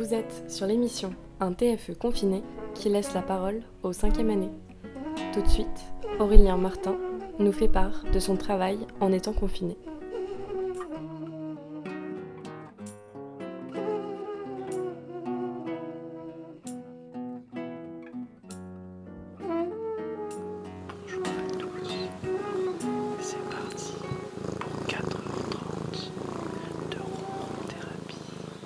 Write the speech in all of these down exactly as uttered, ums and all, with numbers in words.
Vous êtes sur l'émission Un T F E confiné qui laisse la parole aux cinquième années. Tout de suite, Aurélien Martin nous fait part de son travail en étant confiné. Bonjour à tous, c'est parti pour quatre heures trente de ronron-thérapie.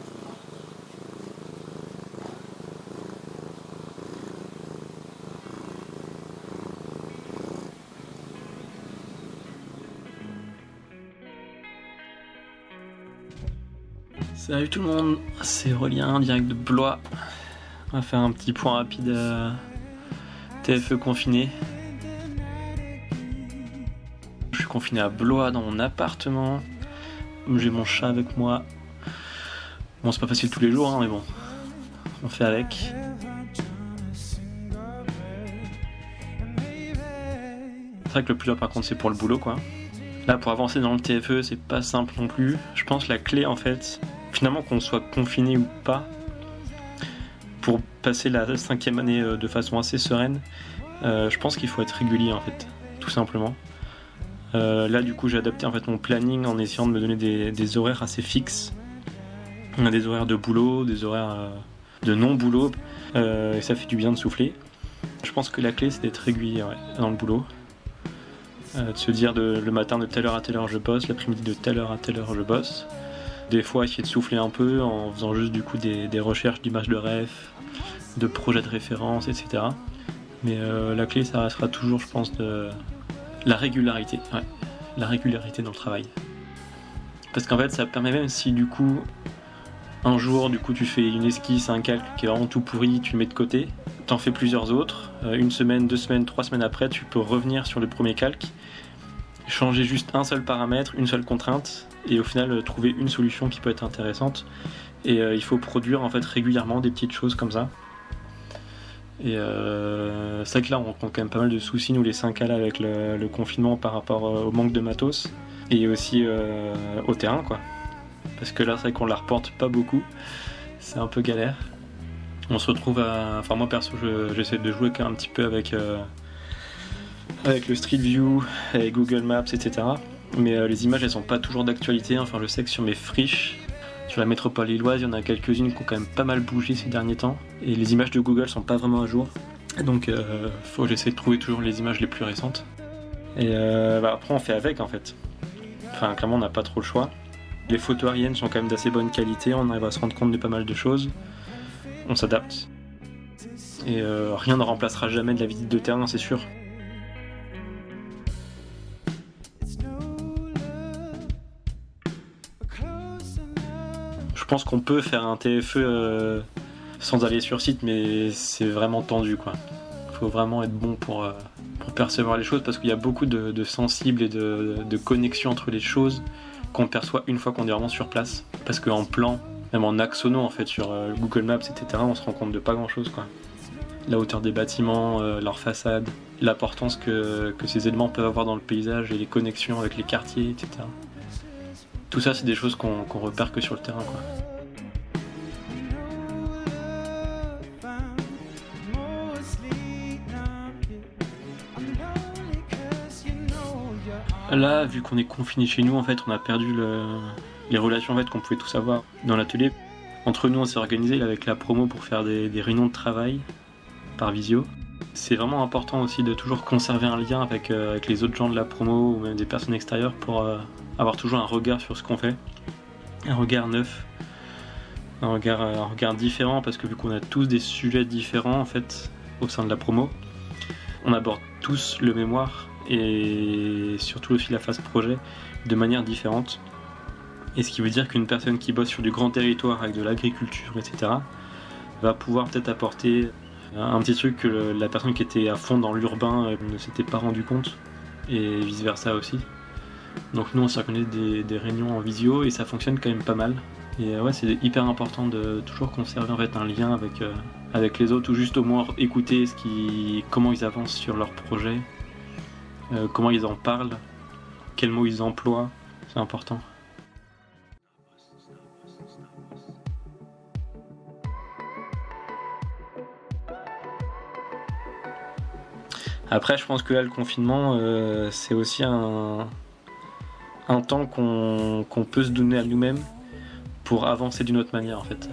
Salut tout le monde, c'est Aurélien, direct de Blois. On va faire un petit point rapide à T F E confiné. Je suis confiné à Blois dans mon appartement. J'ai mon chat avec moi. Bon, c'est pas facile tous les jours, hein, mais bon, on fait avec. C'est vrai que le plus dur par contre c'est pour le boulot quoi. Là pour avancer dans le T F E c'est pas simple non plus. Je pense que la clé en fait, finalement qu'on soit confiné ou pas, pour passer la cinquième année de façon assez sereine, euh, je pense qu'il faut être régulier en fait, tout simplement. Euh, là du coup j'ai adapté en fait mon planning en essayant de me donner des, des horaires assez fixes. On a des horaires de boulot, des horaires euh, de non-boulot, euh, et ça fait du bien de souffler. Je pense que la clé c'est d'être régulier ouais, dans le boulot. Euh, de se dire de, le matin de telle heure à telle heure je bosse, l'après-midi de telle heure à telle heure je bosse. Des fois essayer de souffler un peu en faisant juste du coup des, des recherches d'images de ref, de projets de référence, et cetera. Mais euh, la clé ça restera toujours je pense de la régularité, ouais, la régularité dans le travail. Parce qu'en fait ça permet même si du coup un jour du coup tu fais une esquisse, un calque qui est vraiment tout pourri, tu le mets de côté, t'en fais plusieurs autres, euh, une semaine, deux semaines, trois semaines après tu peux revenir sur le premier calque, changer juste un seul paramètre, une seule contrainte et au final euh, trouver une solution qui peut être intéressante. Et euh, il faut produire en fait régulièrement des petites choses comme ça. Et euh, c'est vrai que là on rencontre quand même pas mal de soucis nous les cinq A là avec le, le confinement par rapport euh, au manque de matos et aussi euh, au terrain quoi. Parce que là c'est vrai qu'on la reporte pas beaucoup, c'est un peu galère. On se retrouve à... Enfin moi perso je, j'essaie de jouer quand même un petit peu avec, euh, avec le Street View, avec Google Maps, et cetera. Mais euh, les images elles sont pas toujours d'actualité, enfin je sais que sur mes friches, sur la métropole lilloise, il y en a quelques-unes qui ont quand même pas mal bougé ces derniers temps. Et les images de Google sont pas vraiment à jour. Donc euh, faut que j'essaie de trouver toujours les images les plus récentes. Et euh, bah, après on fait avec en fait. Enfin clairement on n'a pas trop le choix. Les photos aériennes sont quand même d'assez bonne qualité, on arrive à se rendre compte de pas mal de choses. On s'adapte. Et euh, rien ne remplacera jamais de la visite de terrain, c'est sûr. Je pense qu'on peut faire un T F E euh, sans aller sur site, mais c'est vraiment tendu, quoi. Il faut vraiment être bon pour, euh, pour percevoir les choses, parce qu'il y a beaucoup de, de sensibles et de, de connexions entre les choses qu'on perçoit une fois qu'on est vraiment sur place. Parce qu'en plan, même en axono, en fait, sur euh, Google Maps, et cetera, on se rend compte de pas grand-chose, quoi. La hauteur des bâtiments, euh, leur façade, l'importance que, que ces éléments peuvent avoir dans le paysage et les connexions avec les quartiers, et cetera. Tout ça, c'est des choses qu'on, qu'on repère que sur le terrain, quoi. Là, vu qu'on est confiné chez nous, en fait, on a perdu le, les relations en fait, qu'on pouvait tous avoir dans l'atelier. Entre nous, on s'est organisé avec la promo pour faire des, des réunions de travail par visio. C'est vraiment important aussi de toujours conserver un lien avec, euh, avec les autres gens de la promo ou même des personnes extérieures pour euh, avoir toujours un regard sur ce qu'on fait. Un regard neuf, un regard, un regard différent parce que vu qu'on a tous des sujets différents en fait au sein de la promo, on aborde tous le mémoire et surtout aussi la phase projet de manière différente. Et ce qui veut dire qu'une personne qui bosse sur du grand territoire avec de l'agriculture, et cetera, va pouvoir peut-être apporter un petit truc que la personne qui était à fond dans l'urbain ne s'était pas rendu compte, et vice versa aussi. Donc nous on s'est organisé des, des réunions en visio et ça fonctionne quand même pas mal. Et ouais, c'est hyper important de toujours conserver en fait un lien avec, euh, avec les autres, ou juste au moins écouter ce qui, comment ils avancent sur leur projet, euh, comment ils en parlent, quels mots ils emploient, c'est important. Après, je pense que là, le confinement, euh, c'est aussi un, un temps qu'on, qu'on peut se donner à nous-mêmes pour avancer d'une autre manière, en fait.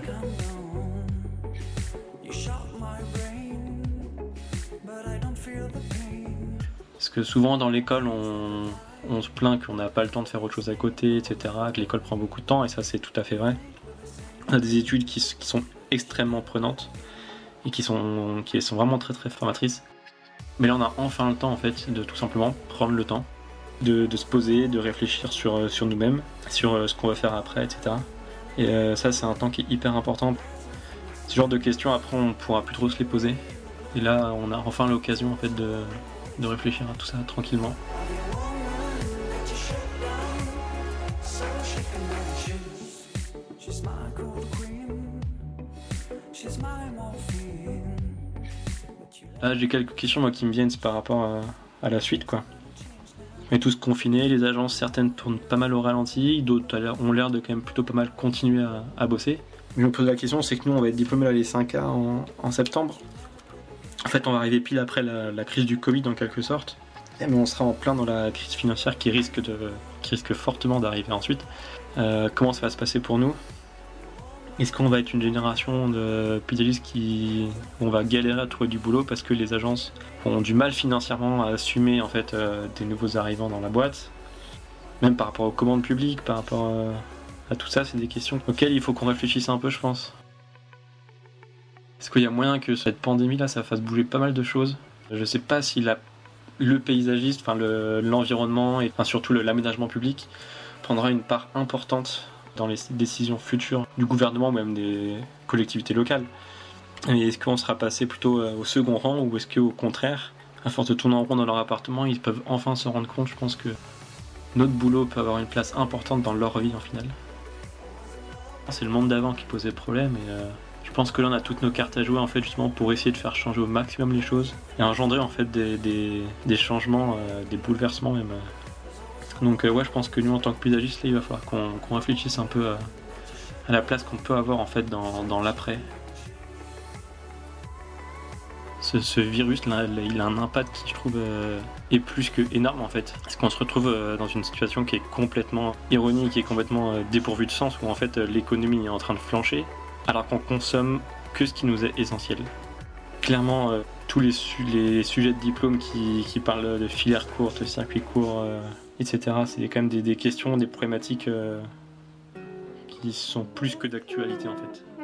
Parce que souvent, dans l'école, on, on se plaint qu'on n'a pas le temps de faire autre chose à côté, et cetera, que l'école prend beaucoup de temps, et ça, c'est tout à fait vrai. On a des études qui, qui sont extrêmement prenantes et qui sont, qui sont vraiment très, très formatrices. Mais là, on a enfin le temps, en fait, de tout simplement prendre le temps, de, de se poser, de réfléchir sur, sur nous-mêmes, sur ce qu'on va faire après, et cetera. Et euh, ça, c'est un temps qui est hyper important. Ce genre de questions, après, on ne pourra plus trop se les poser. Et là, on a enfin l'occasion, en fait, de, de réfléchir à tout ça tranquillement. Là, j'ai quelques questions moi, qui me viennent par rapport à, à la suite, quoi. On est tous confinés, les agences, certaines tournent pas mal au ralenti, d'autres ont l'air de quand même plutôt pas mal continuer à, à bosser. Mais je me pose la question, c'est que nous, on va être diplômés là, les cinq A en, en septembre. En fait, on va arriver pile après la, la crise du Covid en quelque sorte. Mais on sera en plein dans la crise financière qui risque, de, qui risque fortement d'arriver ensuite. Euh, comment ça va se passer pour nous ? Est-ce qu'on va être une génération de pédagogistes qui on va galérer à trouver du boulot parce que les agences ont du mal financièrement à assumer en fait euh, des nouveaux arrivants dans la boîte, même par rapport aux commandes publiques, par rapport euh, à tout ça, c'est des questions auxquelles il faut qu'on réfléchisse un peu, je pense. Est-ce qu'il y a moyen que cette pandémie là, ça fasse bouger pas mal de choses ? Je sais pas si la, le paysagiste, enfin le, l'environnement et enfin, surtout le, l'aménagement public prendra une part importante dans les décisions futures du gouvernement, même des collectivités locales. Et est-ce qu'on sera passé plutôt au second rang ou est-ce qu'au contraire, à force de tourner en rond dans leur appartement, ils peuvent enfin se rendre compte, je pense que notre boulot peut avoir une place importante dans leur vie en final. C'est le monde d'avant qui posait problème et euh, je pense que là on a toutes nos cartes à jouer en fait justement pour essayer de faire changer au maximum les choses et engendrer en fait des, des, des changements, euh, des bouleversements même. Euh. Donc euh, ouais, je pense que nous en tant que paysagistes, là, il va falloir qu'on, qu'on réfléchisse un peu à, à la place qu'on peut avoir en fait dans, dans l'après. Ce, ce virus, là, il a un impact qui je trouve euh, est plus que énorme en fait. Parce qu'on se retrouve euh, dans une situation qui est complètement ironique et complètement euh, dépourvue de sens où en fait euh, l'économie est en train de flancher alors qu'on consomme que ce qui nous est essentiel. Clairement, euh, tous les, su- les sujets de diplôme qui, qui parlent de filières courtes, de circuits courts, euh, et cetera. C'est quand même des, des questions, des problématiques euh, qui sont plus que d'actualité en fait.